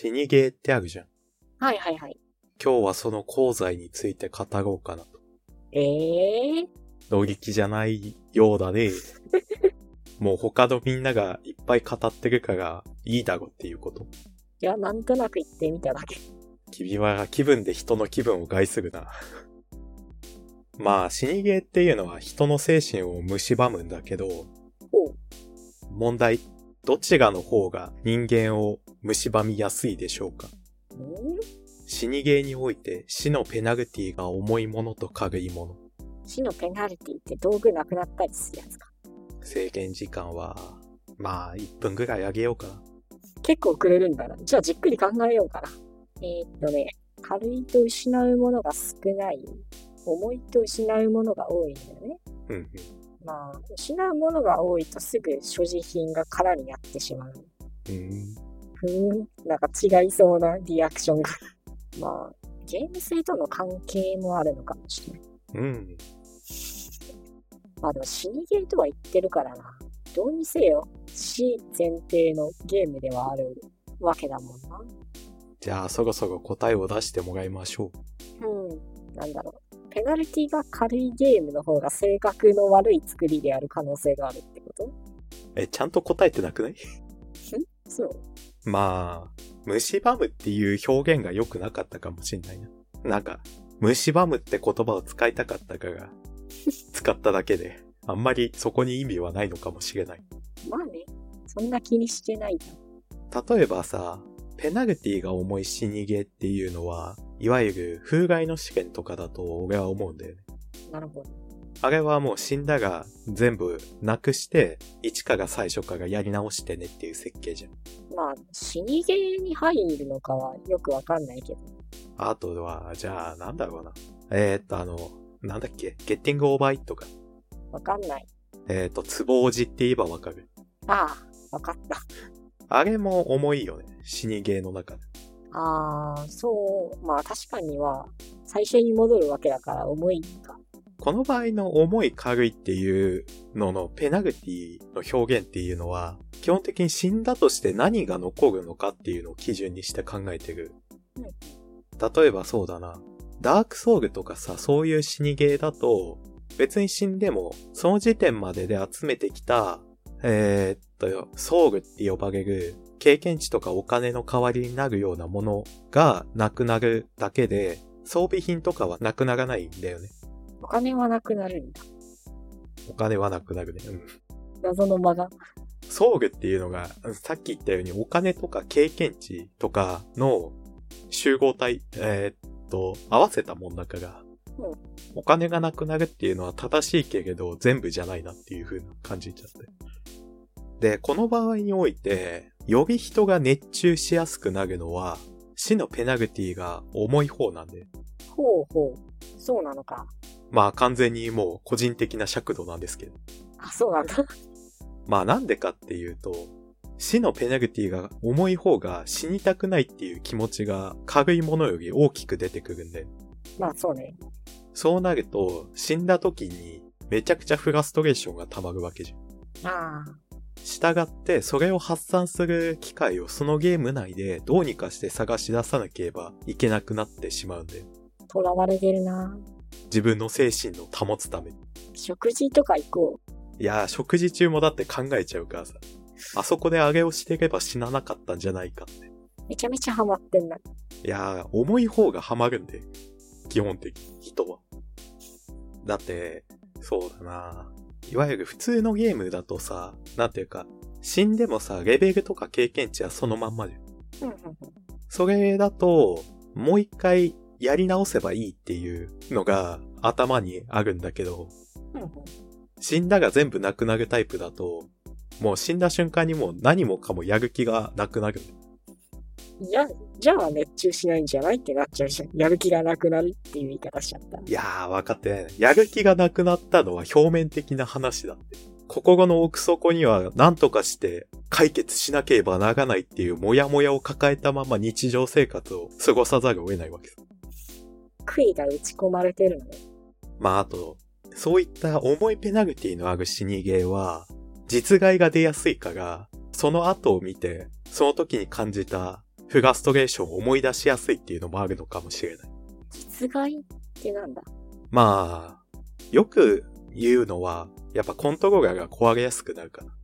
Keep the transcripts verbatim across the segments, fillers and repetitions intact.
死にゲーってあるじゃん。 はいはいはい。 今日はその功罪について語ろうかなと。 ええー。 乗り気じゃないようだね。もう他のみんながいっぱい語ってるからいいだろっていうこと。 いや、なんとなく言ってみただけ。 君は気分で人の気分を害するな。まあ、死にゲーっていうのは人の精神を蝕むんだけど、問題、どちらの方が人間を蝕みやすいでしょうか？ ん？ 死にゲーにおいて死のペナルティが重いものと軽いもの。 死のペナルティって道具なくなったりするやつか。 制限時間は、まあ、いっぷんぐらいあげようかな。 結構くれるんだな。じゃあじっくり考えようかな。えー、っとね、軽いと失うものが少ない。重いと失うものが多いんだよね。 うんうん。 まあ、失うものが多いとすぐ所持品が空になってしまう。 うーん。 ふーん、なんか違いそうなリアクションが。まあ、ゲーム性との関係もあるのかもしれない。 うん。 まあでも死にゲーとは言ってるからな。どうにせよ、死前提のゲームではあるわけだもんな。 じゃあそろそろ答えを出してもらいましょう。うん。なんだろう。ペナルティが軽いゲームの方が性格の悪い作りである可能性があるってこと？ え、ちゃんと答えてなくない？ん？ そう。 まあ、蝕むっていう表現が良くなかったかもしんないな。なんか、蝕むって言葉を使いたかったから使っただけで、あんまりそこに意味はないのかもしれない。 まあね、そんな気にしてないじゃん。例えばさ、ペナルティが重い死にゲーっていうのは、いわゆる風害の試験とかだと俺は思うんだよね。 なるほど。 あれはもう死んだが全部なくして、一から最初からやり直してねっていう設計じゃん。 まあ、死にゲーに入るのかはよくわかんないけど。 あとは、じゃあ、なんだろうな。えー、っと、あの、なんだっけ、ゲッティングオーバーイットか。 わかんない。 えー、っと、ツボオジって言えばわかる。 ああ、わかった。 あれも重いよね。死にゲーの中で。 ああ、そう。まあ確かには、最初に戻るわけだから重いか。 この場合の重い軽いっていうののペナルティの表現っていうのは、基本的に死んだとして何が残るのかっていうのを基準にして考えてる。 うん、 例えばそうだな。ダークソウルとかさ、そういう死にゲーだと、別に死んでも、その時点までで集めてきた、えー、っと、ソウルって呼ばれる、経験値とかお金の代わりになるようなものがなくなるだけで、装備品とかはなくならないんだよね。 お金はなくなるんだ。 お金はなくなるね。うん。 謎の間が。 ソウルっていうのが、さっき言ったようにお金とか経験値とかの集合体、えー、っと、合わせたもんだから、うん、お金がなくなるっていうのは正しいけれど、全部じゃないなっていう風な感じちゃって。で、この場合において、より人が熱中しやすくなるのは、死のペナルティが重い方なんで。 ほうほう。そうなのか。 まあ完全にもう個人的な尺度なんですけど。 あ、そうなんだ。 まあなんでかっていうと、死のペナルティが重い方が死にたくないっていう気持ちが軽いものより大きく出てくるんで。 まあそうね。 そうなると、死んだ時にめちゃくちゃフラストレーションが溜まるわけじゃん。 ああ。 従って、それを発散する機会をそのゲーム内でどうにかして探し出さなければいけなくなってしまうんで。 囚われてるな。 自分の精神の保つために。 食事とか行こう。 いやー、食事中もだって考えちゃうからさ。あそこであれをしていけば死ななかったんじゃないかって。 めちゃめちゃハマってんな。いやー、重い方がハマるんで。基本的に人は。だって、そうだないわゆる普通のゲームだとさ、なんていうか、死んでもさ、レベルとか経験値はそのまんまじゃん。うんうんうん、それだと、もう一回やり直せばいいっていうのが頭にあるんだけど、うんうん、死んだが全部なくなるタイプだと、もう死んだ瞬間にもう何もかもやる気がなくなる。 いや、じゃあ熱中しないんじゃないってなっちゃうじゃん。やる気がなくなるっていう言い方しちゃった。 いやー、分かってない。やる気がなくなったのは表面的な話だって。心の奥底には何とかして解決しなければならないっていうモヤモヤを抱えたまま日常生活を過ごさざるを得ないわけです。 悔いが打ち込まれてるのね。 まああと、そういった重いペナルティのある死にゲーは、実害が出やすいから、その後を見て、その時に感じたフラストレーションを思い出しやすいっていうのもあるのかもしれない。 実害ってなんだ？ まあ、よく言うのは、やっぱコントローラーが壊れやすくなるから。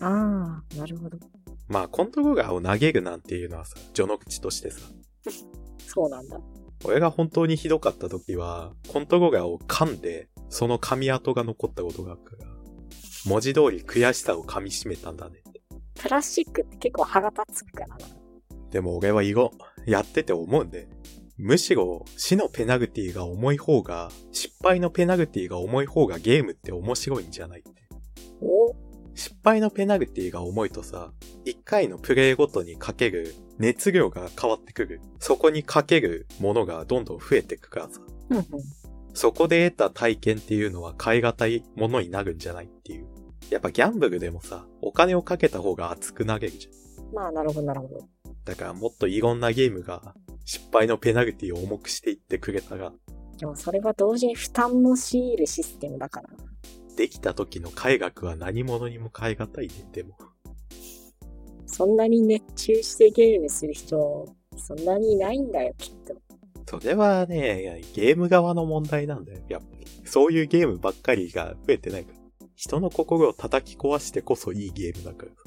ああ、なるほど。 まあ、コントローラーを投げるなんていうのはさ、序の口としてさ。 そうなんだ。 俺が本当にひどかった時は、コントローラーを噛んで、その噛み跡が残ったことがあるから、文字通り悔しさを噛み締めたんだねって。 プラスチックって結構歯が立つからな。 でも俺は囲碁、やってて思うんで、むしろ死のペナルティが重い方が、失敗のペナルティが重い方がゲームって面白いんじゃないって。 お？ 失敗のペナルティが重いとさ、一回のプレイごとにかける熱量が変わってくる。そこにかけるものがどんどん増えていくからさ。 うんうん。 そこで得た体験っていうのは買い難いものになるんじゃないっていう。やっぱギャンブルでもさ、お金をかけた方が熱く投げるじゃん。 まあなるほどなるほど。 だからもっといろんなゲームが失敗のペナルティを重くしていってくれたら。 でもそれは同時に負担も強いるシステムだから。 できた時の快楽は何者にも代え難いね、でも。 そんなに熱中してゲームする人、そんなにいないんだよ、きっと。それはね、ゲーム側の問題なんだよ、やっぱり。そういうゲームばっかりが増えてないから。人の心を叩き壊してこそいいゲームだから。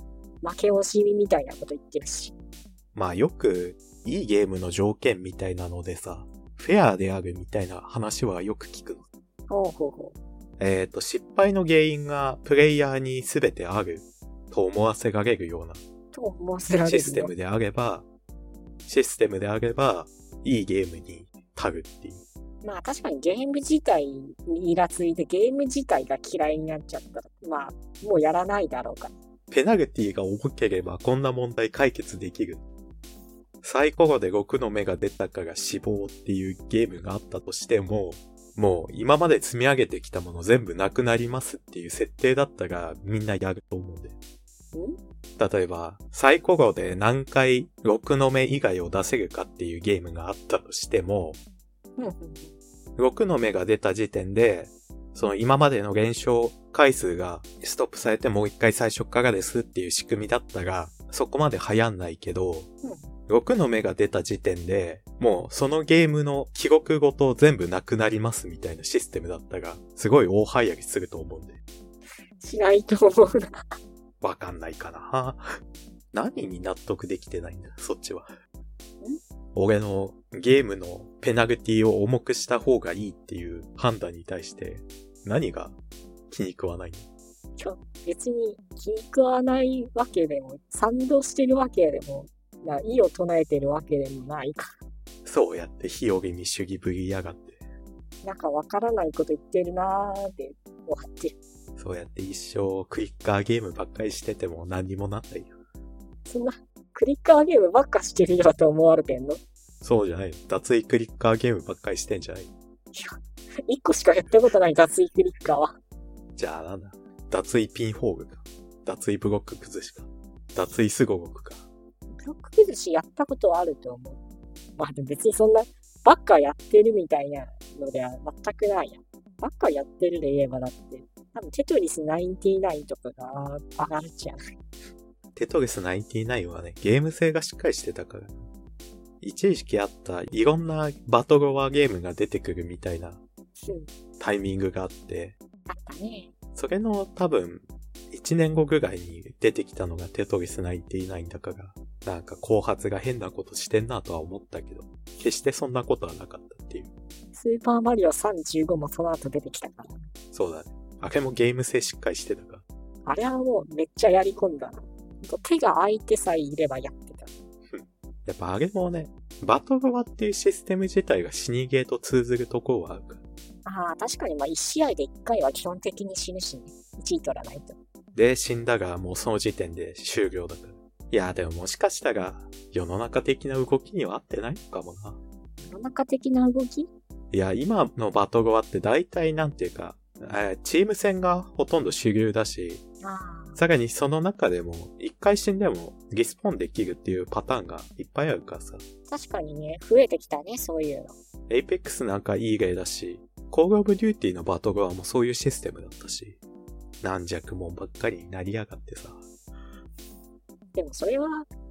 負け惜しみみたいなこと言ってるし。 まあよく、いいゲームの条件みたいなのでさ、フェアであるみたいな話はよく聞くの。 ほうほうほう。 えっと、失敗の原因がプレイヤーに全てあると思わせられるようなと思わせられるシステムであれば、システムであれば、いいゲームにタグっていう。 まあ確かにゲーム自体にイラついてゲーム自体が嫌いになっちゃったら、まあもうやらないだろうか。 ペナルティが重ければこんな問題解決できる。サイコロでろくの目が出たから死亡っていうゲームがあったとしても、もう今まで積み上げてきたもの全部なくなりますっていう設定だったらみんなやると思うんで。 ん？ 例えば、サイコロで何回ろくの目以外を出せるかっていうゲームがあったとしても、ろくの目が出た時点で、その今までの減少回数がストップされてもう一回最初からですっていう仕組みだったら、そこまで流行んないけど、ろくの目が出た時点で、もうそのゲームの記録ごと全部なくなりますみたいなシステムだったら、すごい大流行りすると思うんで。 しないと思うな。 わかんないかな。何に納得できてないんだ、そっちは。俺のゲームのペナルティを重くした方がいいっていう判断に対して何が気に食わないの？ いや、別に気に食わないわけでも、賛同してるわけでも、異を唱えてるわけでもないか。 そうやって日和見主義ぶりやがって。 なんかわからないこと言ってるなーって終わってる。 そうやって一生クリッカーゲームばっかりしてても何にもなんないよ。 そんなクリッカーゲームばっかしてるよと思われてんの？ そうじゃないよ。脱衣クリッカーゲームばっかりしてんじゃない？いや、 一個しかやったことない脱衣クリッカーは。 じゃあなんだ。脱衣ピンフォールか。脱衣ブロック崩しか。脱衣スゴロクか。 ブロック崩しやったことはあると思う。まあでも別にそんなばっかやってるみたいなのでは全くないや。ばっかやってるで言えばだって、多分テトリスナインティナインとかが上がるじゃない。 テトリスナインティナインはね、ゲーム性がしっかりしてたから。一時期あったいろんなバトロワーゲームが出てくるみたいなタイミングがあって、 あったね。 それの多分いちねんごぐらいに出てきたのがテトリスナインティナインだから、なんか後発が変なことしてんなとは思ったけど、決してそんなことはなかったっていう。 スーパーマリオさんじゅうごもその後出てきたから。 そうだね。あれもゲーム性しっかりしてたから。 あれはもうめっちゃやり込んだな。手が空いてさえいればやってた。 やっぱあれもね、バトロワっていうシステム自体が死にゲーと通ずるところはあるから。 ああ、確かにまあいち試合でいっかいは基本的に死ぬしね。いちい取らないと。 で、死んだがもうその時点で終了だから。いや、でももしかしたら世の中的な動きには合ってないのかもな。 世の中的な動き？ いや、今のバトロワって大体なんていうか、チーム戦がほとんど主流だし、さらにその中でも一回死んでもリスポンできるっていうパターンがいっぱいあるからさ。 確かにね、増えてきたね、そういうの。 エイペックスなんかいい例だし、コールオブデューティーのバトロワもそういうシステムだったし、軟弱もんばっかりになりやがってさ。 でもそれは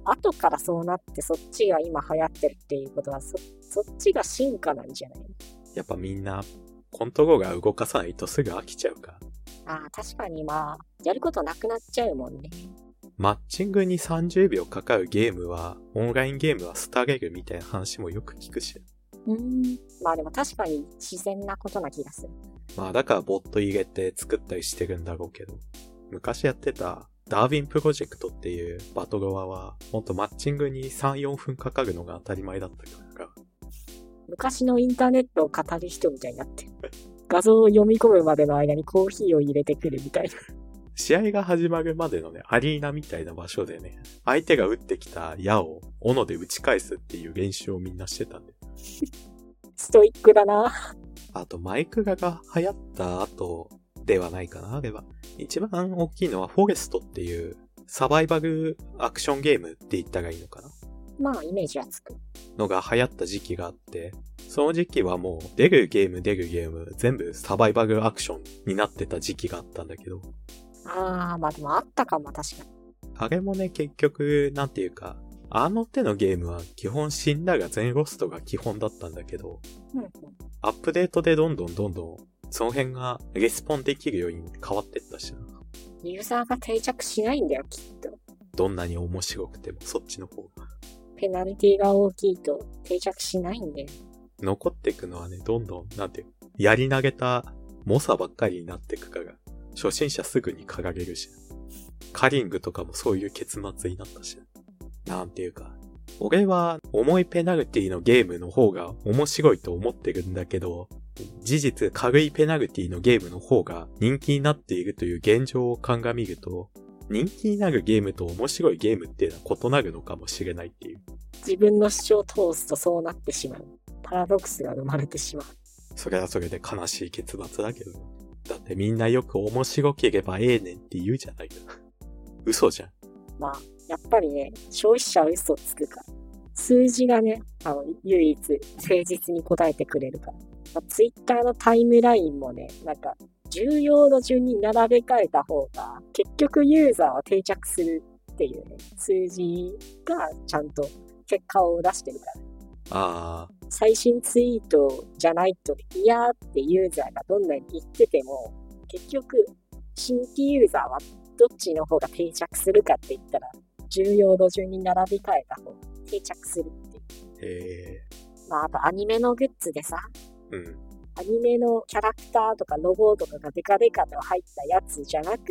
後からそうなってそっちが今流行ってるっていうことは、そ、そっちが進化なんじゃない？ やっぱみんな、コントローラー動かさないとすぐ飽きちゃうから。 ああ、確かにまあ、やることなくなっちゃうもんね。 マッチングにさんじゅうびょうかかるゲームは、オンラインゲームは廃れるみたいな話もよく聞くし。 うーん。まあでも確かに自然なことな気がする。 まあだからボット入れて作ったりしてるんだろうけど、昔やってたダーウィンプロジェクトっていうバトロワは、ほんとマッチングにさん、よんぷんかかるのが当たり前だったから。 昔のインターネットを語る人みたいになってる。画像を読み込むまでの間にコーヒーを入れてくるみたいな。 試合が始まるまでのね、アリーナみたいな場所でね、相手が打ってきた矢を斧で打ち返すっていう練習をみんなしてたんで。 ストイックだな。 あとマイクラが流行った後ではないかな、あれは。一番大きいのはフォレストっていうサバイバルアクションゲームって言ったらいいのかな。 まあイメージはつく。 のが流行った時期があって、その時期はもう出るゲーム出るゲーム全部サバイバルアクションになってた時期があったんだけど。 ああ、まあでもあったかも確かに。 あれもね、結局、なんていうか、あの手のゲームは基本死んだが全ロストが基本だったんだけど、 うんうん、 アップデートでどんどんどんどんその辺がレスポンできるように変わってったしな。 ユーザーが定着しないんだよ、きっと。 どんなに面白くてもそっちの方が。 ペナルティが大きいと定着しないんだよ。 残っていくのはね、どんどん、なんていう、やり投げた猛者ばっかりになっていくから、初心者すぐに駆られるし、カリングとかもそういう結末になったし、なんていうか、俺は重いペナルティのゲームの方が面白いと思ってるんだけど、事実軽いペナルティのゲームの方が人気になっているという現状を鑑みると、人気になるゲームと面白いゲームっていうのは異なるのかもしれないっていう。 自分の主張を通すとそうなってしまう。パラドックスが生まれてしまう。 それはそれで悲しい結末だけど。だってみんなよく面白ければええねんって言うじゃないか。嘘じゃん。 まあ、やっぱりね、消費者は嘘つくから。数字がね、あの、唯一誠実に答えてくれるから。まあ、ツイッターのタイムラインもね、なんか、重要の順に並べ替えた方が、結局ユーザーは定着するっていうね、数字がちゃんと結果を出してるから。 ああ。 最新ツイートじゃないと嫌ってユーザーがどんなに言ってても、結局、新規ユーザーはどっちの方が定着するかって言ったら、重要度順に並び替えた方が定着するっていう。 へえ。 まあ、あとアニメのグッズでさ、 うん。 アニメのキャラクターとかロゴとかがデカデカと入ったやつじゃなくって、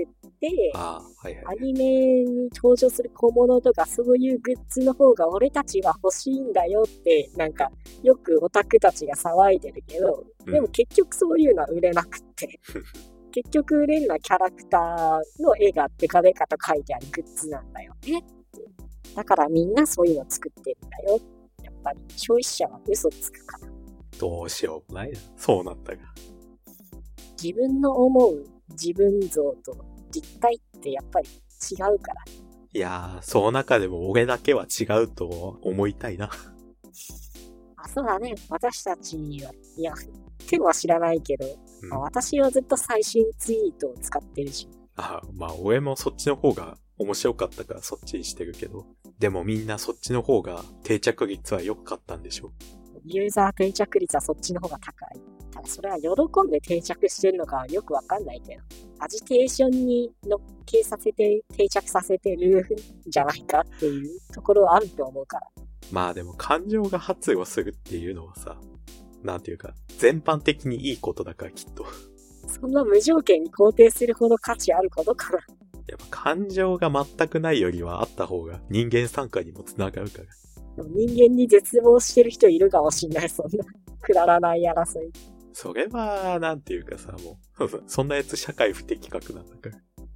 ああ、はいはい、はい。 アニメに登場する小物とかそういうグッズの方が俺たちは欲しいんだよって、なんかよくオタクたちが騒いでるけど、でも結局そういうのは売れなくって。結局売れるのはキャラクターの絵がデカデカと書いてあるグッズなんだよねって。だからみんなそういうの作ってるんだよ。やっぱり消費者は嘘つくから。 どうしようもないな。そうなったが。 自分の思う自分像と実態ってやっぱり違うから。 いやー、その中でも俺だけは違うと思いたいな。 あ、そうだね。私たちは、いや、手は知らないけど、うんまあ、私はずっと最新ツイートを使ってるし。 あ、まあ俺もそっちの方が面白かったからそっちにしてるけど、でもみんなそっちの方が定着率は良かったんでしょう。 ユーザー定着率はそっちの方が高い。ただそれは喜んで定着してるのかよくわかんないけど、アジテーションに乗っけさせて定着させてるんじゃないかっていうところはあると思うから。 まあでも感情が発露するっていうのはさ、なんていうか全般的にいいことだからきっと。 そんな無条件に肯定するほど価値あることかな。 やっぱ感情が全くないよりはあった方が人間参加にもつながるから。 でも人間に絶望してる人いるかもしんない、そんなくだらない争い。 それはなんていうかさ、もうそんなやつ社会不適格なんだから。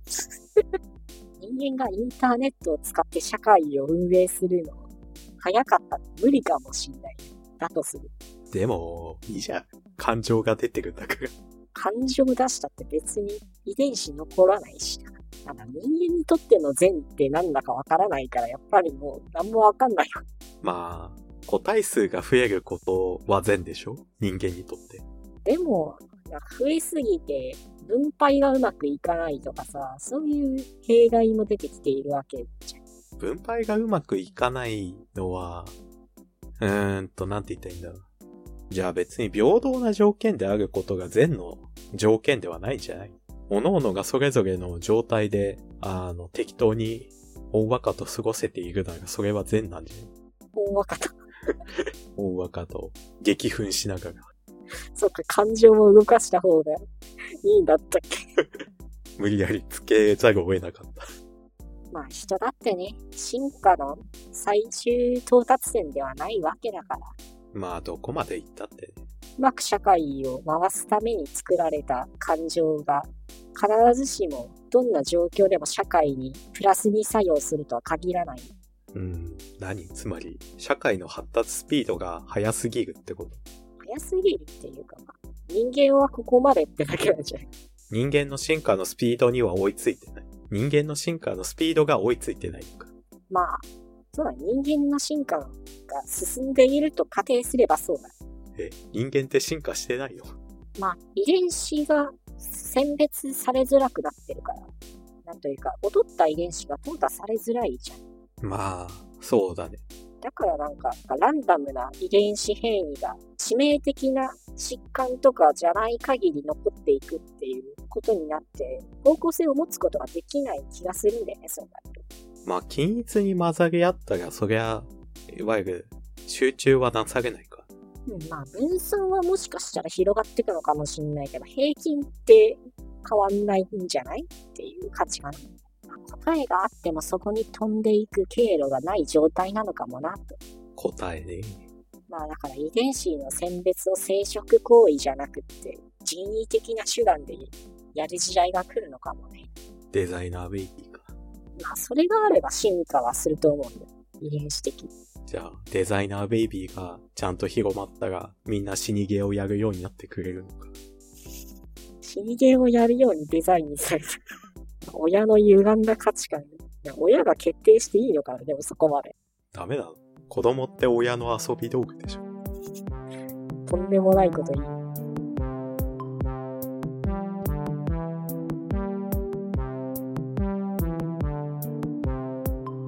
人間がインターネットを使って社会を運営するの早かったら無理かもしんない。だとする。でもいいじゃん。感情が出てるんだから。 感情出したって別に遺伝子残らないしな。ただ人間にとっての善ってなんだかわからないからやっぱりもう何もわかんないよ。 まあ個体数が増えることは善でしょ、人間にとって。 でも増えすぎて分配がうまくいかないとかさ、そういう弊害も出てきているわけじゃん。 分配がうまくいかないのは、うーんと、なんて言ったらいいんだろう。じゃあ別に平等な条件であることが善の条件ではないんじゃない？各々がそれぞれの状態で、あの、適当に大若と過ごせているなら、それは善なんじゃない？ 大若と。 大若と激憤しながら。 そっか、感情も動かした方がいいんだったっけ。 無理やりつけざるを得なかった。 まあ人だってね、進化の最終到達点ではないわけだから。 まあどこまで行ったってね。 うまく社会を回すために作られた感情が必ずしもどんな状況でも社会にプラスに作用するとは限らない。 うん、何？つまり社会の発達スピードが速すぎるってこと？ 速すぎるっていうか、まあ、人間はここまでってだけなんじゃない？ 人間の進化のスピードには追いついてない。人間の進化のスピードが追いついてないのか。 まあ、そうだ、人間の進化が進んでいると仮定すればそうだ。 え、人間って進化してないの？ まあ、遺伝子が選別されづらくなってるから。なんというか、劣った遺伝子が淘汰されづらいじゃん。 まあ、そうだね。 だからなんか、ランダムな遺伝子変異が致命的な疾患とかじゃない限り残っていくっていうことになって、方向性を持つことができない気がするんだよね、そうなると。 まあ、均一に混ざり合ったら、そりゃ、いわゆる集中はなされないか。 うん、まあ、分散はもしかしたら広がっていくのかもしれないけど、平均って変わんないんじゃないっていう価値観。答えがあってもそこに飛んでいく経路がない状態なのかもなと。 答えね。 まあだから遺伝子の選別を生殖行為じゃなくって人為的な手段でやる時代が来るのかもね。 デザイナーベイビーか。 まあそれがあれば進化はすると思うんだよ。遺伝子的に。 じゃあデザイナーベイビーがちゃんと広まったらみんな死にゲーをやるようになってくれるのか。 死にゲーをやるようにデザインされた。親の歪んだ価値観。親が決定していいのかな、でもそこまで。 ダメなの？子供って親の遊び道具でしょ。 とんでもないこと言う。